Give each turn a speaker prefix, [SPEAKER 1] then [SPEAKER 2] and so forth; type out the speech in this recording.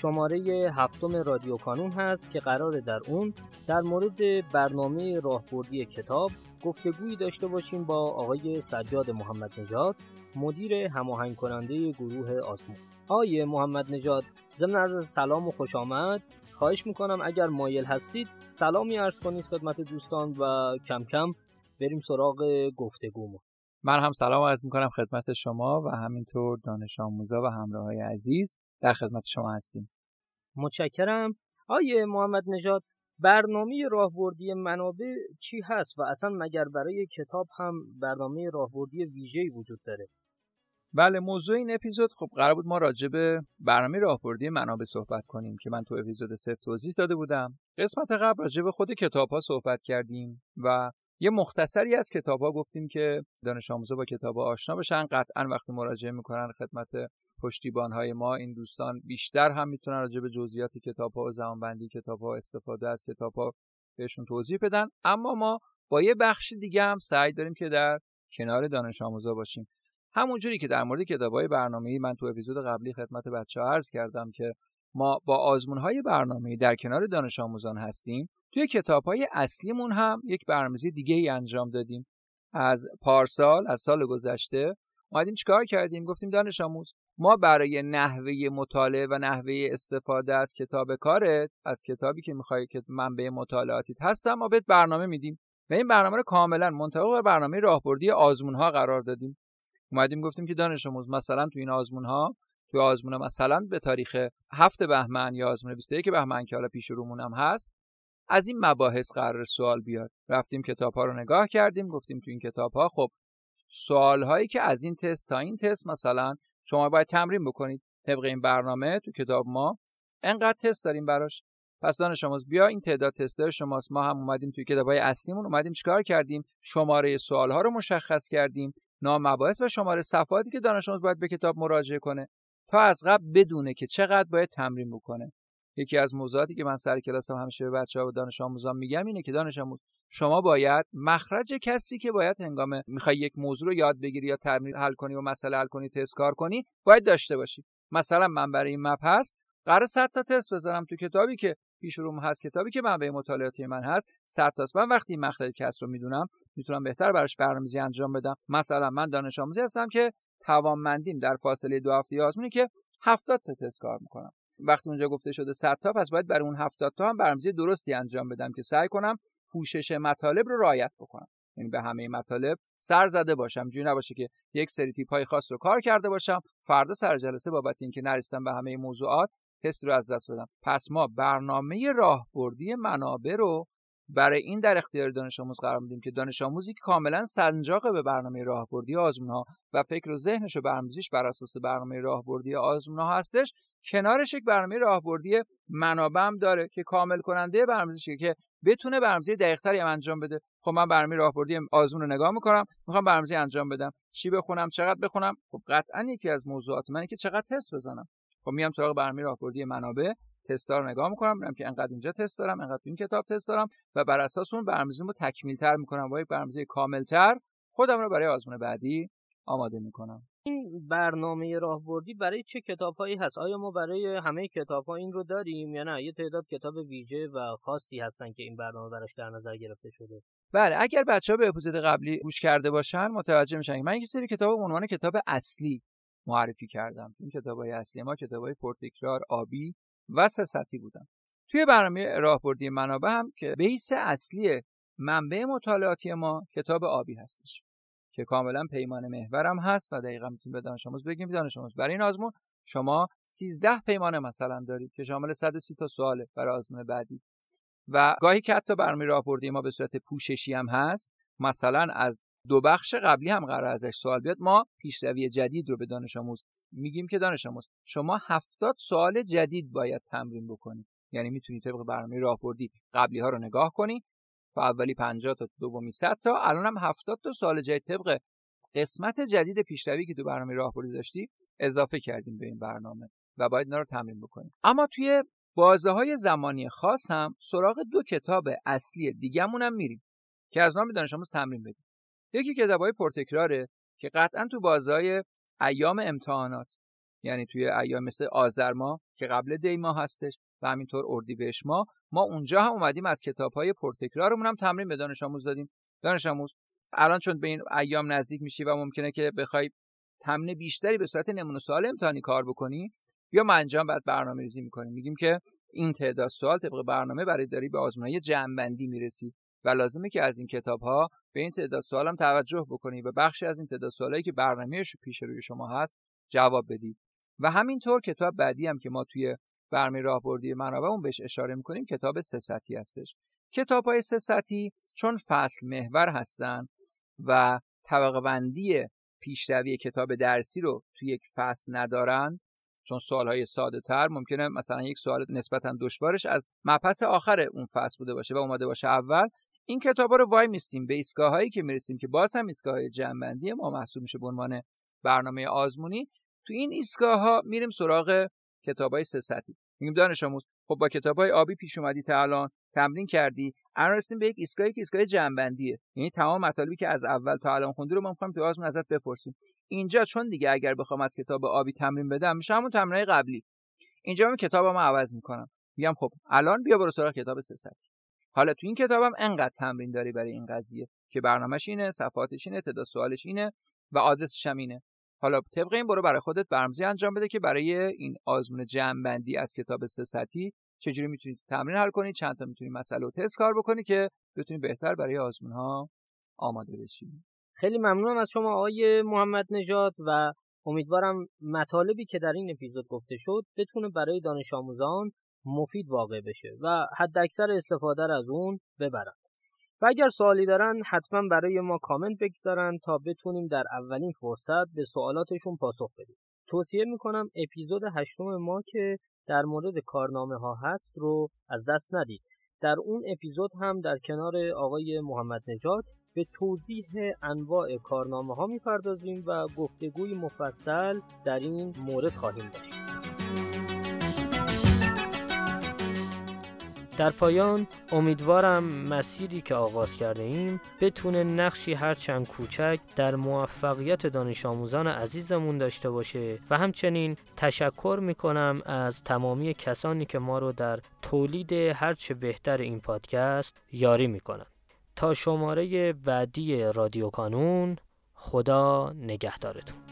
[SPEAKER 1] شماره 7 رادیو کانون هست که قراره در اون در مورد برنامه راهبردی کتاب گفتگویی داشته باشیم با آقای سجاد محمد نژاد، مدیر هماهنگ کننده گروه آزمون. آقای محمد نژاد، ضمن عرض سلام و خوش آمد. خواهش میکنم اگر مایل هستید سلامی عرض کنید خدمت دوستان و کم کم بریم سراغ گفتگومون.
[SPEAKER 2] من هم سلام عرض میکنم خدمت شما و همینطور دانش آموزا و همراهای عزیز در خدمت شما هستیم.
[SPEAKER 1] متشکرم. آقای محمد نژاد، برنامه راهبردی منابع چی هست و اصلا مگر برای کتاب هم برنامه راهبردی ویژه‌ای وجود داره؟
[SPEAKER 2] بله، موضوع این اپیزود خب قرار بود ما راجع به برنامه راهبردی منابع صحبت کنیم که من تو اپیزود 0 توضیح داده بودم. قسمت قبل راجع به خود کتاب‌ها صحبت کردیم و یه مختصری از کتاب‌ها گفتیم که دانش آموزا با کتاب‌ها آشنا بشن. قطعاً وقتی مراجعه می‌کنن خدمت پشتیبان‌های ما، این دوستان بیشتر هم میتونن راجع به جزئیات کتاب‌ها و زمانبندی کتاب‌ها، استفاده از کتاب‌ها بهشون توضیح بدن. اما ما با یه بخش دیگه هم سعی داریم که در کنار دانش آموزا باشیم. همونجوری که در مورد کتاب‌های برنامه‌ای من تو اپیزود قبلی خدمت بچه‌ها عرض کردم که ما با آزمون‌های برنامه‌ای در کنار دانش آموزان هستیم، توی کتاب‌های اصلیمون هم یک برنامه‌ریزی دیگه‌ای انجام دادیم. از پارسال، از سال گذشته اومدیم چیکار کردیم؟ گفتیم دانش آموز، ما برای نحوه مطالعه و نحوه استفاده از کتاب کارت، از کتابی که می‌خوای که منبع مطالعاتیت هستم، ما بهت برنامه میدیم و این برنامه رو کاملاً منطبق بر برنامه راهبردی آزمون‌ها قرار دادیم. اومدیم گفتیم که دانش آموز مثلا تو این آزمون‌ها، تو آزمون مثلا به تاریخ 7 بهمن یا آزمون 21 بهمن که حالا پیش رومون هم هست، از این مباحث قرار سوال بیاد. رفتیم کتاب‌ها رو نگاه کردیم، گفتیم تو این کتاب‌ها خب سوال‌هایی که از این تست تا این تست مثلا شما باید تمرین بکنید. طبق این برنامه تو کتاب ما انقدر تست داریم براش. پس دانش آموز بیا این تعداد تست‌های شماست. ما هم اومدیم توی کتاب‌های اصلیمون اومدیم چیکار کردیم؟ شماره سوال‌ها رو مشخص کردیم، نام مباحث و شماره صفحاتی که دانش آموز باید به کتاب مراجعه کنه تا از قبل بدونه که چقدر باید تمرین بکنه. یکی از موضوعاتی که من سر کلاسم همیشه به بچه‌ها و دانش آموزان میگم اینه که دانش آموز شما باید مخرج کسی که باید هنگام میخوای یک موضوع رو یاد بگیری یا تمرین حل کنی و مسئله حل کنی، تست کار کنی، باید داشته باشی. مثلا من برای این مبحث قرار 100 تا تست بذارم تو کتابی که پیش روم هست، کتابی که منبع مطالعاتی من هست 100 تاست. من وقتی مخرج کس رو میدونم میتونم بهتر براش برنامه‌ریزی انجام بدم. مثلا من دانش آموزی هستم که توانمندیم در فاصله 2 هفته آزمونی که 70 تا تست کار میکنم. وقتی اونجا گفته شده 100 تا، پس باید برای اون 70 تا هم برنامه‌ریزی درستی انجام بدم که سعی کنم پوشش مطالب رو رعایت بکنم. یعنی به همه مطالب سر زده باشم، جوری نباشه که یک سری تیپ‌های خاص رو کار کرده باشم، فردا سر جلسه بابت اینکه نرسیدم به همه موضوعات تست رو از دست بدم. پس ما برنامه راهبردی منابع رو برای این در اختیار دانش آموز قرار میدیم که دانش آموزی که کاملا سنجاق به برنامه راهبردی آزمون‌ها و فکر و ذهنش و برنامه‌ریزیش بر اساس برنامه راهبردی آزمون‌ها هستش، کنارش یک برنامه راهبردی منابع هم داره که کامل کننده برنامه‌ریزیشه که بتونه برنامه‌ریزی دقیق‌تری هم انجام بده. خب من برنامه راهبردی آزمون رو نگاه می‌کنم، می‌خوام برنامه‌ریزی انجام بدم، چی بخونم، چقدر بخونم؟ خب قطعاً یکی از موضوعات منه که چقدر تست بزنم. خب میام سراغ برنامه راهبردی منابع، تست‌ها رو نگاه می‌کنم، می‌بینم که انقدر اینجا تست دارم، انقدر تو این کتاب تست دارم و بر اساس اون برنامه‌ریزیمو تکمیل‌تر می‌کنم و یک برنامه‌ریزی کامل‌تر خودم رو برای آزمون بعدی آماده می‌کنم.
[SPEAKER 1] این برنامه راهبردی برای چه کتاب‌هایی هست؟ آیا ما برای همه کتاب‌ها این رو داریم یا نه؟ یه تعداد کتاب ویژه و خاصی هستن که این برنامه براش در نظر گرفته شده؟
[SPEAKER 2] بله، اگر بچه‌ها به اپیزود قبلی گوش کرده باشن متوجه میشن که من یک سری کتاب به عنوان کتاب اصلی معرفی کردم. این کتاب‌های اصلی ما کتاب‌های پرتکرار، آبی و سه سطحی بودن. توی برنامه راهبردی منابع هم که بیس اصلی منبع مطالعاتی ما کتاب آبی هستش که کاملا پیمان محورم هست و دقیقاً میتونیم به دانش آموز بگیم دانش آموز برای این آزمون شما 13 پیمانه مثلا دارید که شامل 130 تا سواله برای آزمون بعدی. و گاهی که حتی برنامه راهبردی ما به صورت پوششی هم هست، مثلا از 2 بخش قبلی هم قرار ازش سوال بیاد، ما پیشروی جدید رو به دانش آموز میگیم که دانش آموز شما 70 سوال جدید باید تمرین بکنید. یعنی میتونی طبق برنامه راهبردی قبلی ها رو نگاه کنی، تا اولی 50 تا دومی 100 تا، الان هم 70 تا سوال جدید طبق قسمت جدید پیشروی که تو برنامه راهبردی داشتی اضافه کردیم به این برنامه و باید اینا رو تمرین بکنیم. اما توی بازه‌های زمانی خاص هم سراغ 2 کتاب اصلی دیگه‌مون هم میریم که از نام دانش آموز تمرین بدیم. یکی کتاب‌های پرتکراره که قطعاً تو بازه‌های ایام امتحانات، یعنی توی ایام مثل آذر ماه که قبل دی ماه هستش و همینطور اردیبهشت ماه. ما اونجا هم اومدیم از کتاب‌های پرتکرارمون هم تمرین به دانش آموز دادیم. دانش آموز الان چون به این ایام نزدیک میشی و ممکنه که بخوای تمرین بیشتری به صورت نمونه سوال امتحانی کار بکنی، یا ما انجام بعد برنامه‌ریزی می‌کنیم، میگیم که این تعداد سوال طبق برنامه برای داری به آزمون‌های جمع‌بندی میرسی و لازمه که از این کتاب‌ها به این تعداد سوال هم توجه بکنی و بخشی از این تعداد سوالایی که برنامه‌اش پیش روی شما هست جواب بدید. و همینطور کتاب بعدی هم که ما توی برنامه راهبردی منابعمون بهش اشاره می‌کنیم کتاب 3 سطحی هستش. کتاب‌های 3 سطحی چون فصل محور هستن و طبقه بندی پیشروی کتاب درسی رو توی یک فصل ندارن، چون سوال‌های ساده‌تر ممکنه مثلا یک سوال نسبتاً دشوارش از مبحث آخر اون فصل بوده باشه و اومده باشه اول، این کتابا رو وای میستیم به ایستگاهایی که میرسیم که باز هم ایستگاه‌های جمع‌بندی ما محسوب میشه به عنوان برنامه آزمونی. تو این ایستگاه‌ها میریم سراغ کتابای 3 سطحی. میگیم دانش آموز خب با کتابای آبی پیش اومدی تا الان تمرین کردی، الان رسیدیم به یک ایستگاهی که ایستگاه جمع‌بندیه، یعنی تمام مطالبی که از اول تا الان خوندی رو ما می‌خوایم تو آزمون ازت بپرسیم. اینجا چون دیگه اگر بخوام از کتاب آبی تمرین بدم میشه همون تمرینای قبلی، اینجا من کتابمو عوض می‌کنم، میگم خب الان بیا برو سراغ کتاب 3 سطحی. حالا تو این کتابم انقدر تمرین داری برای این قضیه که برنامه‌ش اینه، صفحاتش اینه، تعداد سوالش اینه و آدرسش هم اینه. حالا طبق این برو برای خودت برنامه‌ریزی انجام بده که برای این آزمون جمع‌بندی از کتاب 3 سطحی چجوری میتونی تمرین حل کنی، چند تا میتونی مسئله و تست کار بکنی که بتونی بهتر برای آزمون‌ها آماده بشی.
[SPEAKER 1] خیلی ممنونم از شما آقای محمد نژاد و امیدوارم مطالبی که در این اپیزود گفته شد بتونه برای دانش آموزان مفید واقع بشه و حد اکثر استفاده از اون ببرن. و اگر سوالی دارن حتما برای ما کامنت بگذارن تا بتونیم در اولین فرصت به سوالاتشون پاسخ بدیم. توصیه میکنم اپیزود 8 ما که در مورد کارنامه ها هست رو از دست ندید. در اون اپیزود هم در کنار آقای محمد نژاد به توضیح انواع کارنامه ها میپردازیم و گفتگوی مفصل در این مورد خواهیم داشت. در پایان امیدوارم مسیری که آغاز کرده ایم بتونه نقشی هرچند کوچک در موفقیت دانش آموزان عزیزمون داشته باشه و همچنین تشکر میکنم از تمامی کسانی که ما رو در تولید هرچه بهتر این پادکست یاری میکنن. تا شماره بعدی رادیو کانون، خدا نگهدارتون.